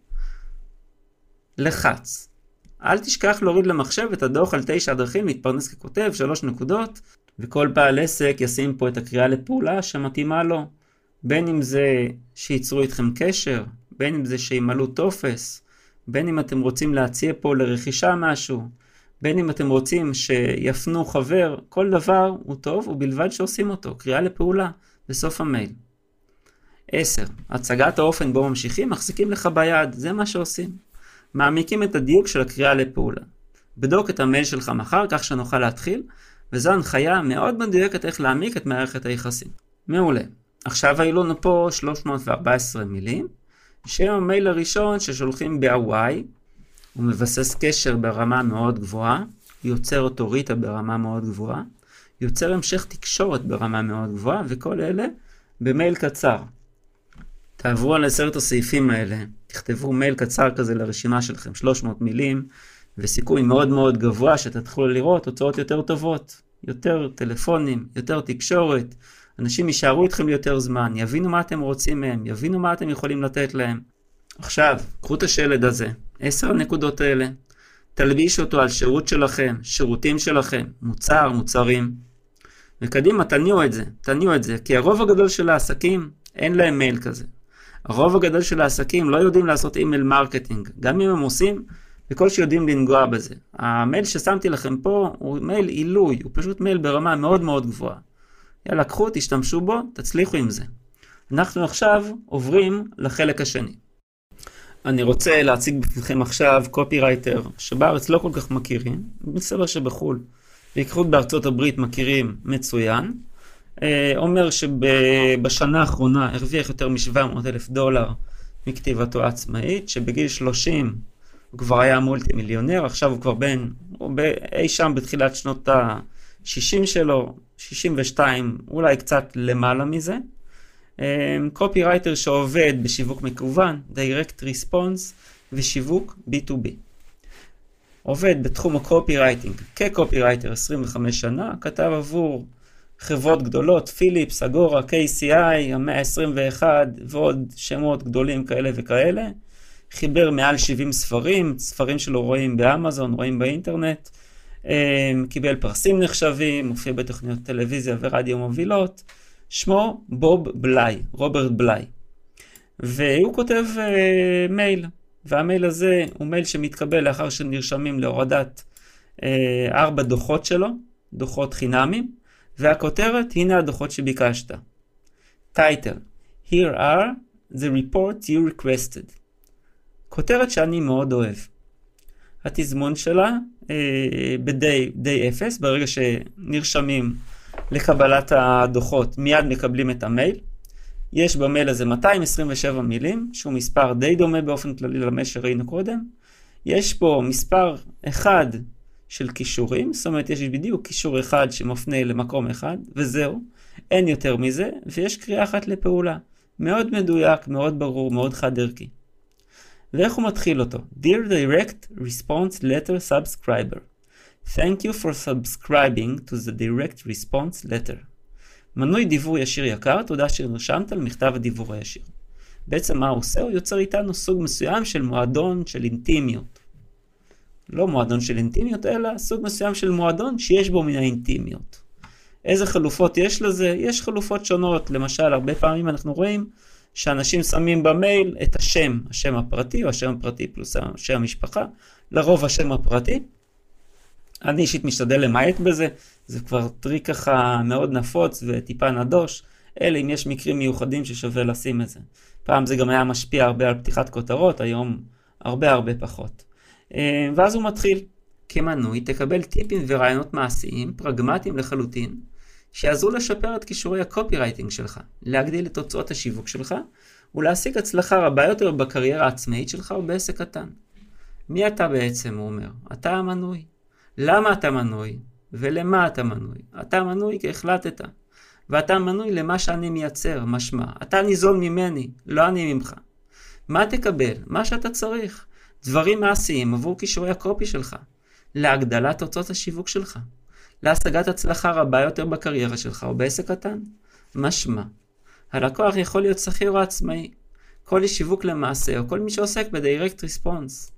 Speaker 1: לחץ. אל תשכח להוריד למחשב את הדוח על 9 הדרכים להתפרנס ככותב, 3 נקודות, וכל בעל עסק ישים פה את הקריאה לפעולה שמתאימה לו. בין אם זה שיצרו איתכם קשר, בין אם זה שימלאו טופס, בין אם אתם רוצים להציע פה לרכישה משהו, בין אם אתם רוצים שיפנו חבר, כל דבר הוא טוב ובלבד שעושים אותו, קריאה לפעולה בסוף המייל. 10. הצגת האופן בו ממשיכים, מחזיקים לך ביד, זה מה שעושים. מעמיקים את הדיוק של הקריאה לפעולה. בדוק את המייל שלך מחר, כך שנוכל להתחיל, וזו הנחיה מאוד מדויקת איך להעמיק את מערכת היחסים. מעולה. עכשיו היו לנו פה 314 מילים, שם המייל הראשון ששולחים בהוואי, הוא מבסס קשר ברמה מאוד גבוהה, יוצר אוטוריטה ברמה מאוד גבוהה, יוצר המשך תקשורת ברמה מאוד גבוהה, וכל אלה במייל קצר. תעברו על 10 הסעיפים האלה, תכתבו מייל קצר כזה לרשימה שלכם, 300 מילים, וסיכוי מאוד מאוד גבוה שתתחילו לראות תוצאות יותר טובות, יותר טלפונים, יותר תקשורת, אנשים יישארו איתכם יותר זמן, יבינו מה אתם רוצים מהם, יבינו מה אתם יכולים לתת להם. עכשיו, קחו את השלד הזה, 10 הנקודות האלה, תלבישו אותו על שירות שלכם, שירותים שלכם, מוצר, מוצרים, וקדימה תניעו את זה, כי הרוב הגדול של העסקים אין להם מייל כזה. הרוב הגדול של העסקים לא יודעים לעשות אימייל מרקטינג, גם אם הם עושים, בכל שיודעים לנגוע בזה. המייל ששמתי לכם פה הוא מייל עילוי, הוא פשוט מייל ברמה מאוד מאוד גבוהה. יאללה, קחו, תשתמשו בו, תצליחו עם זה. אנחנו עכשיו עוברים לחלק השני. אני רוצה להציג בפניכם עכשיו קופירייטר, שבארץ לא כל כך מכירים, מסתבר שבחול, בעיקרות בארצות הברית מכירים מצוין, אומר שבשנה האחרונה הרוויח יותר מ$700,000 מכתיבתו עצמאית, שבגיל 30 הוא כבר היה מולטי מיליונר, עכשיו הוא כבר אי שם בתחילת שנות ה-60 שלו, 62, אולי קצת למעלה מזה. קופירייטר שעובד בשיווק מקוון, direct response ושיווק B2B. עובד בתחום הקופירייטינג כקופירייטר 25 שנה, כתב עבור חברות גדולות, פיליפס, אגורה, KCI, המאה ה-21 ועוד שמות גדולים כאלה וכאלה. חיבר מעל 70 ספרים שלו רואים באמזון, רואים באינטרנט. קיבל פרסים נחשבים, מופיע בתוכניות טלוויזיה ורדיו מובילות. שמו רוברט בליי. והוא כותב מייל, והמייל הזה הוא מייל שמתקבל לאחר שנרשמים להורדת 4 דוחות שלו, דוחות חינמים, והכותרת, הנה הדוחות שביקשת. Title, Here are the reports you requested. כותרת שאני מאוד אוהב. התזמון שלה ב-day 0, ברגע שנרשמים לקבלת הדוחות, מיד מקבלים את המייל. יש במייל הזה 227 מילים, שהוא מספר די דומה באופן כללי למה שראינו קודם. יש פה מספר אחד של קישורים, זאת אומרת יש בדיוק קישור אחד שמפנה למקום אחד, וזהו, אין יותר מזה, ויש קריאה אחת לפעולה. מאוד מדויק, מאוד ברור, מאוד חד ערכי. ואיך הוא מתחיל אותו? Dear Direct Response Letter Subscriber, Thank you for subscribing to the Direct Response Letter. מנוי דיוור ישיר יקר, תודה שנרשמת על מכתב הדיוור הישיר. בעצם מה הוא עושה? הוא יוצר איתנו סוג מסוים של מועדון של אינטימיות. לא מועדון של אינטימיות, אלא סוג מסוים של מועדון שיש בו מן האינטימיות. איזה חלופות יש לזה? יש חלופות שונות. למשל, הרבה פעמים אנחנו רואים שאנשים שמים במייל את השם הפרטי, או השם הפרטי פלוס השם המשפחה, לרוב השם הפרטי. אני אישית משתדל למעט בזה, זה כבר טריק ככה מאוד נפוץ וטיפה נדוש, אלא אם יש מקרים מיוחדים ששווה לשים את זה. פעם זה גם היה משפיע הרבה על פתיחת כותרות, היום הרבה פחות. ואז הוא מתחיל. כמנוי תקבל טיפים ורעיונות מעשיים, פרגמטיים לחלוטין, שיעזרו לשפר את כישורי הקופירייטינג שלך, להגדיל את תוצאות השיווק שלך, ולהשיג הצלחה רבה יותר בקריירה העצמאית שלך או בעסק קטן. מי אתה בעצם, הוא אומר? אתה המנוי. למה אתה מנוי? ולמה אתה מנוי? אתה מנוי כי החלטת. ואתה מנוי למה שאני מייצר, משמע. אתה ניזון ממני, לא אני ממך. מה תקבל? מה שאתה צריך. דברים מעשיים עבור כישורי הקופי שלך. להגדלת תוצאות השיווק שלך. להשגת הצלחה רבה יותר בקריירה שלך או בעסק קטן. משמע. הלקוח יכול להיות שכיר או עצמאי. כל איש שיווק למעשה או כל מי שעוסק ב-Direct Response.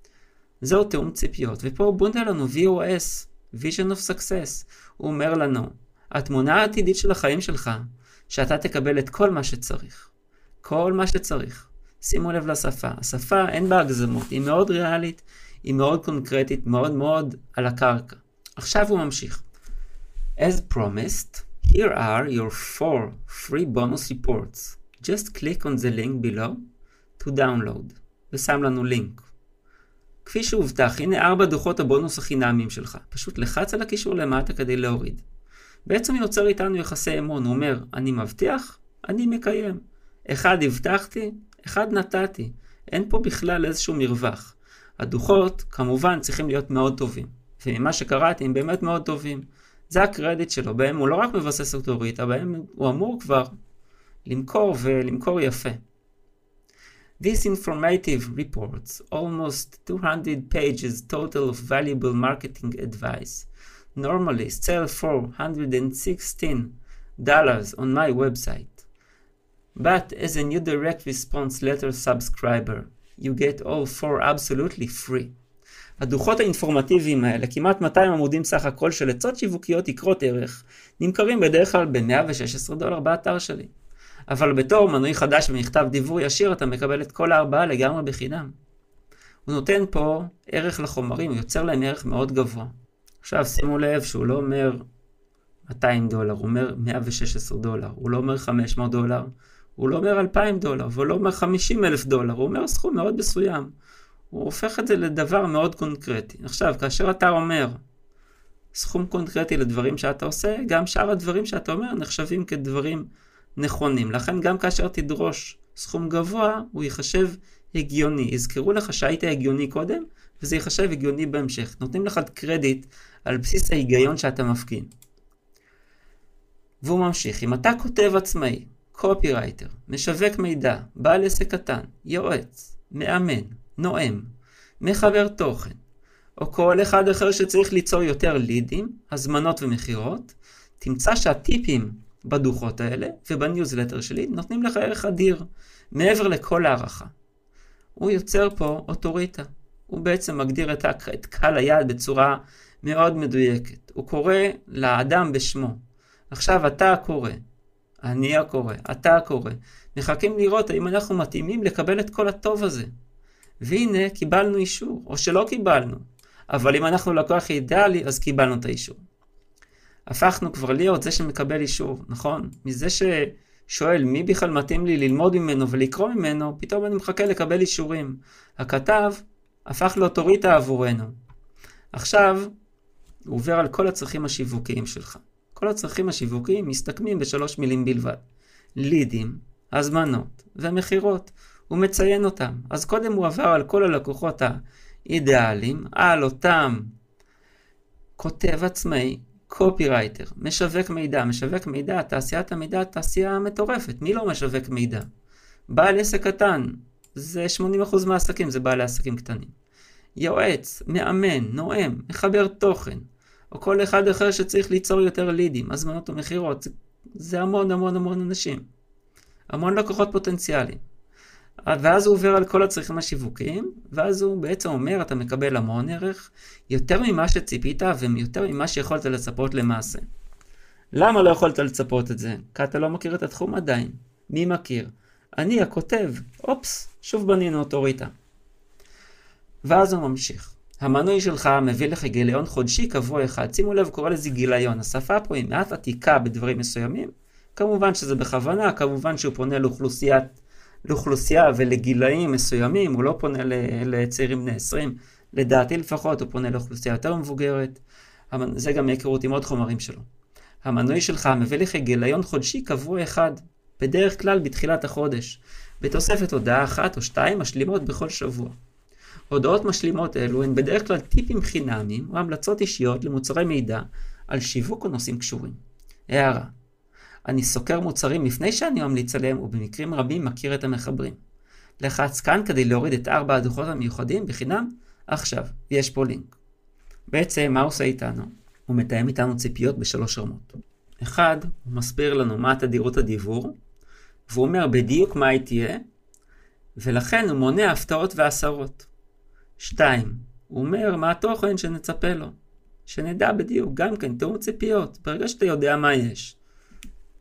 Speaker 1: זהו תאום ציפיות, ופה הוא בונה לנו VOS, Vision of Success. הוא אומר לנו, התמונה העתידית של החיים שלך שאתה תקבל את כל מה שצריך. כל מה שצריך. שימו לב לשפה. השפה אין בה הגזמות, היא מאוד ריאלית, היא מאוד קונקרטית, מאוד מאוד על הקרקע. עכשיו הוא ממשיך. As promised, here are your 4 free bonus reports. Just click on the link below to download. ושם לנו לינק. כפי שהובטח, הנה 4 דוחות הבונוס החינמיים שלך. פשוט לחץ על הקישור למטה כדי להוריד. בעצם יוצר איתנו יחסי אמון. הוא אומר, אני מבטיח, אני מקיים. 1 הבטחתי, 1 נתתי. אין פה בכלל איזשהו מרווח. הדוחות כמובן צריכים להיות מאוד טובים. וממה שקראתי הם באמת מאוד טובים. זה הקרדיט שלו. בהם הוא לא רק מבסס אוטוריטה, בהם הוא אמור כבר למכור ולמכור יפה. These informative reports, almost 200 pages total of valuable marketing advice, normally sell for $116 on my website. But as a new direct response letter subscriber, you get all 4 absolutely free. הדוחות האינפורמטיביים האלה, כמעט 200 עמודים סך הכל של עצות שיווקיות יקרות ערך, נמכרים בדרך כלל ב$116 באתר שלי. אבל בתור מנוי חדש במכתב דיוור ישיר אתה מקבל את כל 4 לגמרי בחינם. הוא נותן פה ערך לחומרים, הוא יוצר להם ערך מאוד גבוה. עכשיו שימו לב שהוא לא אומר $200, הוא אומר $116, הוא לא אומר $500, הוא לא אומר $2,000, והוא לא אומר $50,000, הוא אומר סכום מאוד מסוים. הוא הופך את זה לדבר מאוד קונקרטי. עכשיו, כאשר אתה אומר סכום קונקרטי לדברים שאתה עושה, גם שאר הדברים שאתה אומר נחשבים כדברים נכונים. לכן גם כאשר תדרוש סכום גבוה, הוא יחשב הגיוני. יזכרו לך שהיית הגיוני קודם, וזה יחשב הגיוני בהמשך. נותנים לך קרדיט על בסיס ההיגיון שאתה מפגין. והוא ממשיך. אם אתה כותב עצמאי, קופירייטר, משווק מידע, בעל עסק קטן, יועץ, מאמן, נואם, מחבר תוכן, או כל אחד אחר שצריך ליצור יותר לידים, הזמנות ומחירות, תמצא שהטיפים בדוחות האלה ובניוזלטר שלי נותנים לך ערך אדיר, מעבר לכל הערכה. הוא יוצר פה אוטוריטה. הוא בעצם מגדיר את קהל היעד בצורה מאוד מדויקת. הוא קורא לאדם בשמו. עכשיו אתה הקורא, אני הקורא, אתה הקורא. מחכים לראות האם אנחנו מתאימים לקבל את כל הטוב הזה. והנה קיבלנו אישור, או שלא קיבלנו. אבל אם אנחנו לקוח אידיאלי, אז קיבלנו את האישור. הפכנו כבר להיות זה שמקבל אישור, נכון? מזה ששואל מי בכלל מתאים לי ללמוד ממנו ולקרוא ממנו, פתאום אני מחכה לקבל אישורים. הכתב הפך לאוטוריטה עבורנו. עכשיו הוא עובר על כל הצרכים השיווקיים שלך. כל הצרכים השיווקיים מסתכמים ב3 מילים בלבד. לידים, הזמנות ומחירות. הוא מציין אותם. אז קודם הוא עבר על כל הלקוחות האידיאליים, על אותם כותב עצמאי, קופירייטר, משווק מידע, תעשיית המידע, תעשייה מטורפת. מי לא משווק מידע? בעל עסק קטן, זה 80% מהעסקים, זה בעלי עסקים קטנים. יועץ, מאמן, נואם, מחבר תוכן, או כל אחד אחר שצריך ליצור יותר לידים, הזמנות ומחירות, זה המון אנשים. המון לקוחות פוטנציאליים. ואז הוא עובר על כל הצרכים השיווקיים, ואז הוא בעצם אומר, אתה מקבל המון ערך, יותר ממה שציפית, ויותר ממה שיכולת לצפות למעשה. למה לא יכולת לצפות את זה? כי אתה לא מכיר את התחום עדיין. מי מכיר? אני הכותב. אופס, שוב בנינו אוטוריטה. ואז הוא ממשיך. המנוי שלך מביא לך גיליון חודשי קבוע אחד. שימו לב, קורא לזה גיליון. השפה פה היא מעט עתיקה בדברים מסוימים. כמובן שזה בכוונה, כמובן שהוא פונה לאוכלוסייה ולגילאים מסוימים, הוא לא פונה לצעירים בני 20, לדעתי לפחות הוא פונה לאוכלוסייה יותר מבוגרת, זה גם מהיכרות עם עוד חומרים שלו. המנוי שלך מביא לך גיליון חודשי קבוע אחד, בדרך כלל בתחילת החודש, בתוספת הודעה 1 או 2 משלימות בכל שבוע. הודעות משלימות אלו הן בדרך כלל טיפים חינמיים או המלצות אישיות למוצרי מידע על שיווק או נושאים קשורים. הערה. אני סוקר מוצרים לפני שאני ממליץ עליהם, ובמקרים רבים מכיר את המחברים. לחץ כאן כדי להוריד את 4 הדוחות המיוחדים בחינם, עכשיו, יש פה לינק. בעצם, מה הוא עושה איתנו? הוא מתאם איתנו ציפיות ב3 רמות. 1, הוא מסביר לנו מה תדירות הדיוור, והוא אומר בדיוק מה היא תהיה, ולכן הוא מונע הפתעות והסרות. 2, הוא אומר מה התוכן שנצפה לו, שנדע בדיוק, גם כן, תאום ציפיות, ברגע שאתה יודע מה יש.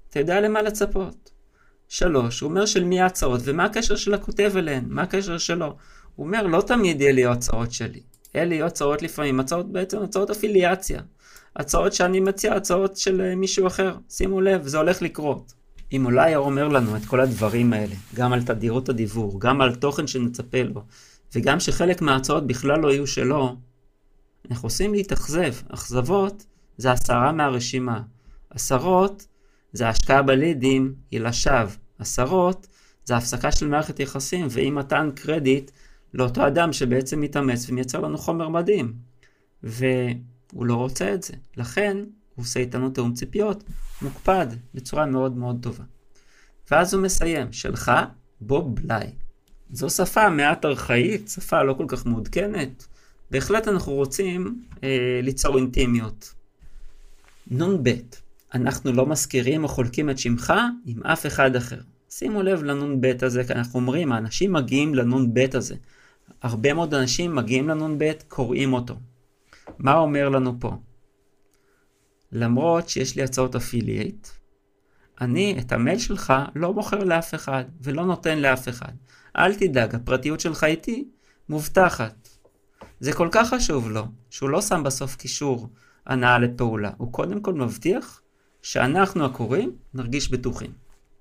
Speaker 1: אתה יודע למה לצפות. 3, הוא אומר של מי ההצעות, ומה הקשר של הכותב אליהן, מה הקשר שלו. הוא אומר, לא תמיד יהיה לי הצעות שלי. אלה יהיו הצעות לפעמים, הצעות בעצם, הצעות אפיליאציה. הצעות שאני מציע, הצעות של מישהו אחר. שימו לב, זה הולך לקרות. אם אולי היה אומר לנו את כל הדברים האלה, גם על תדירות הדיוור, גם על תוכן שנצפה לו, וגם שחלק מההצעות בכלל לא יהיו שלו, אנחנו עושים להתאכזב. אכזבות זה הסרה מהרשימה. הסרות זה השקעה בלידים, היא לשווא. הסרות זה הפסקה של מערכת יחסים, ואם מתן קרדיט לאותו אדם שבעצם מתאמץ ומייצר לנו חומר מדהים. והוא לא רוצה את זה. לכן הוא עושה איתנו תאום ציפיות, מוקפד בצורה מאוד מאוד טובה. ואז הוא מסיים, שלך בוב בליי. זו שפה מעט ארכאית, שפה לא כל כך מעודכנת. בהחלט אנחנו רוצים ליצור אינטימיות. נון בית, אנחנו לא מזכירים או חולקים את שמך עם אף אחד אחר. שימו לב לנון בית הזה, כי אנחנו אומרים, האנשים מגיעים לנון בית הזה. הרבה מאוד אנשים מגיעים לנון בית, קוראים אותו. מה אומר לנו פה? למרות שיש לי הצעות אפילייט, אני את המייל שלך לא מוכר לאף אחד ולא נותן לאף אחד. אל תדאג, הפרטיות שלך איתי מובטחת. זה כל כך חשוב לו, שהוא לא שם בסוף קישור הנעה לפעולה. הוא קודם כל מבטיח שאנחנו הקוראים נרגיש בטוחים.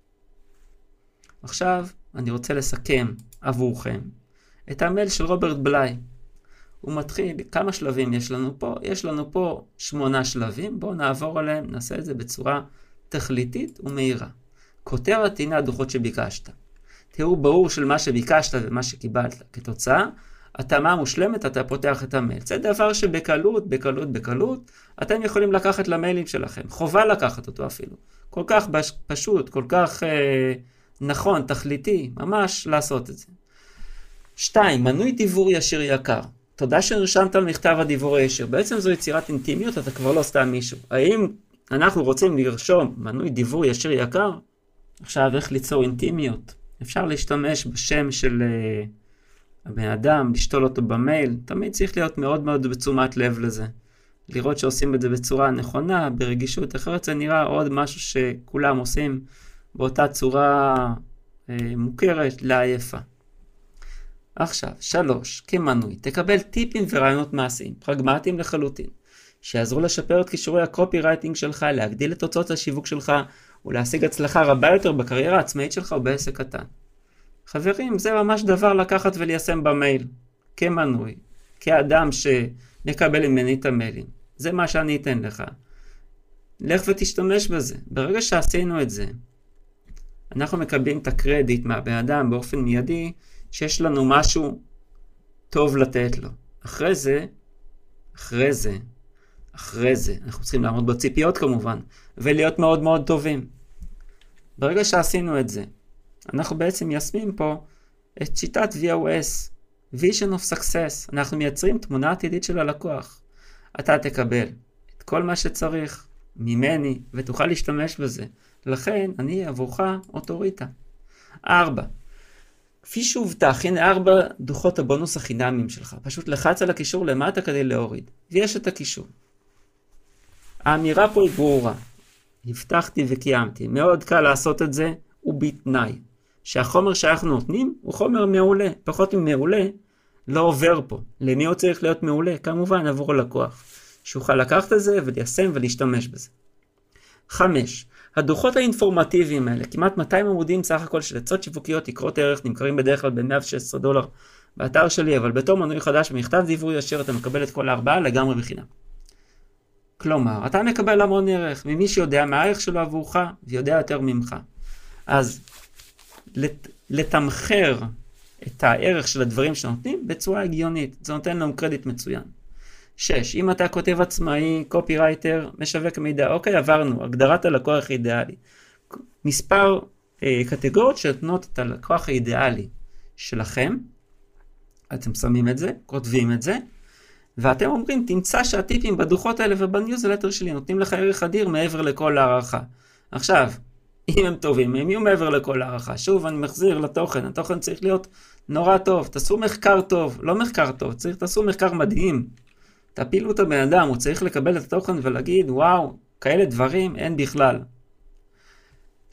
Speaker 1: עכשיו אני רוצה לסכם עבורכם את המייל של רוברט בליי. הוא מתחיל, כמה שלבים יש לנו פה? יש לנו פה 8 שלבים, בואו נעבור עליהם, נעשה את זה בצורה תכליתית ומהירה. כותרת, הנה הדוחות שביקשת. תיאור ברור של מה שביקשת ומה שקיבלת. כתוצאה, התאמה מושלמת, אתה פותח את המייל. זה דבר שבקלות, בקלות, אתם יכולים לקחת למיילים שלכם. חובה לקחת אותו אפילו. כל כך פשוט, כל כך נכון, תכליתי, ממש לעשות את זה. 2, מנוי דיוור ישיר יקר. תודה שנרשמת על מכתב הדיוור הישיר. בעצם זו יצירת אינטימיות, אתה כבר לא סתם מישהו. האם אנחנו רוצים לרשום מנוי דיוור ישיר יקר? עכשיו, איך ליצור אינטימיות? אפשר להשתמש בשם של הבן אדם, לשתול אותו במייל. תמיד צריך להיות מאוד מאוד בתשומת לב לזה. לראות שעושים את זה בצורה נכונה, ברגישות. אחרת זה נראה עוד משהו שכולם עושים באותה צורה מוכרת, לעייפה. עכשיו, 3, כמנוי, תקבל טיפים ורעיונות מעשיים, פרגמטיים לחלוטין, שיעזרו לשפר את כישורי הקופי רייטינג שלך, להגדיל את תוצאות השיווק שלך, ולהשיג הצלחה רבה יותר בקריירה העצמאית שלך או בעסק קטן. חברים, זה ממש דבר לקחת וליישם במייל, כמנוי, כאדם שנקבל ממני את המיילים. זה מה שאני אתן לך. לך ותשתמש בזה. ברגע שעשינו את זה, אנחנו מקבלים את הקרדיט מהבן אדם באופן מיידי, שיש לנו משהו טוב לתת לו. אחרי זה, אנחנו צריכים לעמוד בציפיות כמובן, ולהיות מאוד מאוד טובים. ברגע שעשינו את זה, אנחנו בעצם מיישמים פה את שיטת VOS, Vision of Success. אנחנו מייצרים תמונה עתידית של הלקוח. אתה תקבל את כל מה שצריך ממני, ותוכל להשתמש בזה. לכן, אני עבורך אוטוריטה. 4. כפי שהובטח, הנה 4 דוחות הבונוס החינמיים שלך. פשוט לחץ על הקישור למטה כדי להוריד. ויש את הקישור. האמירה פה היא ברורה. הבטחתי וקיימתי. מאוד קל לעשות את זה, ובתנאי. שהחומר שאנחנו נותנים הוא חומר מעולה. פחות ממעולה לא עובר פה. למי הוא צריך להיות מעולה? כמובן עבור הלקוח. שיוכל לקחת את זה וליישם ולהשתמש בזה. 5. הדוחות האינפורמטיביים האלה, כמעט 200 עמודים סך הכל של עצות שיווקיות, תקרות ערך, נמכרים בדרך כלל ב$116 באתר שלי, אבל בתור מנוי חדש במכתב דיוור ישיר אתה מקבל את כל 4 לגמרי בחינם. כלומר, אתה מקבל המון ערך ממי שיודע מה הערך שלו עבורך ויודע יותר ממך. אז לתמחר את הערך של הדברים שנותנים בצורה הגיונית, זה נותן לנו קרדיט מצוין. 6. אם אתה כותב עצמאי, קופירייטר, משווק מידע, אוקיי, עברנו, הגדרת הלקוח האידיאלי. מספר קטגוריות שנותנות את הלקוח האידיאלי שלכם, אתם שמים את זה, כותבים את זה, ואתם אומרים, תמצא שהטיפים בדוחות האלה ובניוזלטר שלי נותנים לך ערך אדיר מעבר לכל הערכה. עכשיו, אם הם טובים, הם יהיו מעבר לכל הערכה. שוב, אני מחזיר לתוכן, התוכן צריך להיות נורא טוב, תעשו מחקר טוב, לא מחקר טוב, תעשו מחקר מדהים. תפילו את הבן אדם, הוא צריך לקבל את התוכן ולהגיד, וואו, כאלה דברים אין בכלל.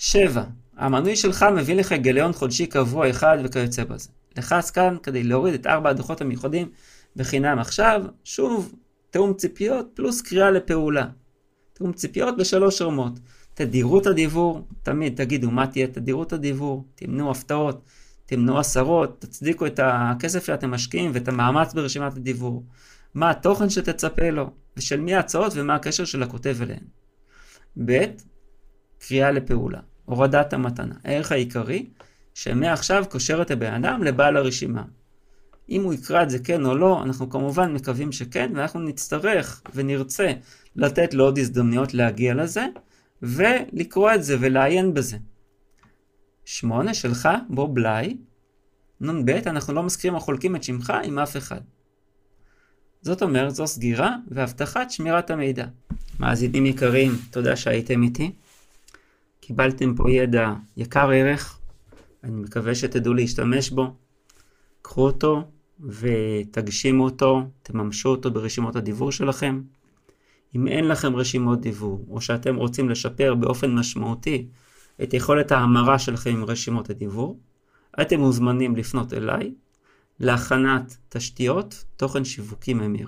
Speaker 1: 7. המנוי שלך מביא לך גיליון חודשי קבוע אחד וכיוצא בזה. לחץ כאן כדי להוריד את 4 הדוחות המיוחדים בחינם עכשיו. שוב, תאום ציפיות פלוס קריאה לפעולה. תאום ציפיות ב3 רמות. תדירות הדיבור, תמיד תגידו מה תהיה תדירות הדיבור, תמנעו הפתעות, תמנעו הסרות, תצדיקו את הכסף שאתם משקיעים ואת המאמץ ברשימת הדיבור. מה התוכן שתצפה לו, ושל מי ההצעות ומה הקשר של הכותב אליהן. ב' קריאה לפעולה, הורדת המתנה, הערך העיקרי, שמעכשיו קושר את הבן אדם לבעל הרשימה. אם הוא יקרא את זה כן או לא, אנחנו כמובן מקווים שכן, ואנחנו נצטרך ונרצה לתת לו עוד הזדמנויות להגיע לזה, ולקרוא את זה ולעיין בזה. 8 שלך, בו בלי. נ"ב, אנחנו לא מזכירים או חולקים את שמך עם אף אחד. זאת אומרת, זו סגירה והבטחת שמירת המידע. מאזינים יקרים, תודה שהייתם איתי. קיבלתם פה ידע יקר ערך. אני מקווה שתדעו להשתמש בו. קחו אותו ותגשימו אותו, תממשו אותו ברשימות הדיבור שלכם. אם אין לכם רשימות דיבור, או שאתם רוצים לשפר באופן משמעותי את יכולת ההמרה שלכם עם רשימות הדיבור, אתם מוזמנים לפנות אליי להכנת תשתיות תוכן שיווקי ממיר.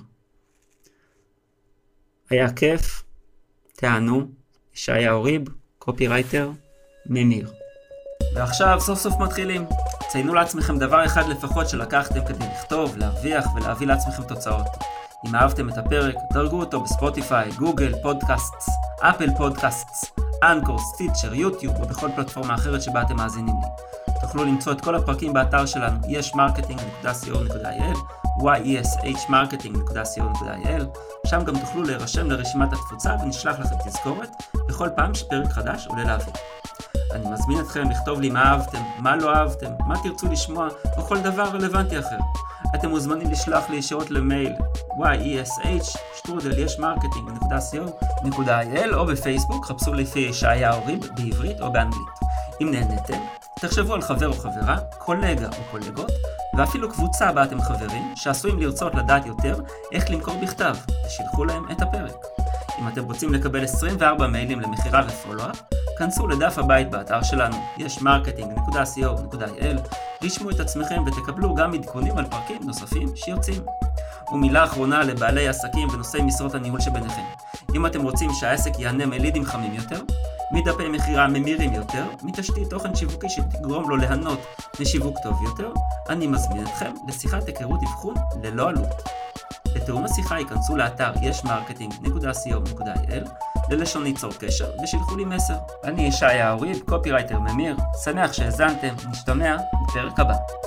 Speaker 1: היה כיף, תענו, ישעיהו ריב, קופירייטר, ממיר. ועכשיו סוף סוף מתחילים. ציינו לעצמכם דבר אחד לפחות שלקחתם כדי לכתוב, להרוויח ולהביא לעצמכם תוצאות. אם אהבתם את הפרק, דרגו אותו בספוטיפיי, גוגל, פודקאסטס, אפל פודקאסטס, אנקור, סטיצ'ר, יוטיוב ובכל פלטפורמה אחרת שבה אתם מאזינים לי. תוכלו למצוא את כל הפרקים באתר שלנו yesmarketing.co.il, yeshmarketing.co.il. שם גם תוכלו להירשם לרשימת התפוצה ונשלח לכם תזכורת בכל פעם שפרק חדש עולה לאוויר. אני מזמין אתכם לכתוב לי מה אהבתם, מה לא אהבתם, מה תרצו לשמוע או כל דבר רלוונטי אחר. אתם מוזמנים לשלוח לי ישירות למייל yesh@yesmarketing.co.il או בפייסבוק, חפשו לפי ישעיהו ריב בעברית או באנגלית. אם נהנתם, תחשבו על חבר או חברה, קולגה או קולגות, ואפילו קבוצה בה אתם חברים, שעשויים לרצות לדעת יותר איך למכור בכתב, ושילחו להם את הפרק. אם אתם רוצים לקבל 24 מיילים למחירה ופולו-אפ, כנסו לדף הבית באתר שלנו, yesmarketing.co.il, רשמו את עצמכם ותקבלו גם עדכונים על פרקים נוספים שיוצאים. ומילה אחרונה לבעלי עסקים ונושאי משרות הניהול שביניכם. אם אתם רוצים שהעסק יענה מלידים חמים יותר, מדפי מחירה ממירים יותר, מתשתית תוכן שיווקי שתגרום לו ליהנות משיווק טוב יותר, אני מזמין אתכם לשיחת היכרות אבחון ללא עלות. לתאום השיחה ייכנסו לאתר yesmarketing.co.il ללשון ליצור קשר ושילחו לי מסר. אני ישעיהו ריב, קופירייטר ממיר, שמח שהאזנתם, נשתמע בפרק הבא.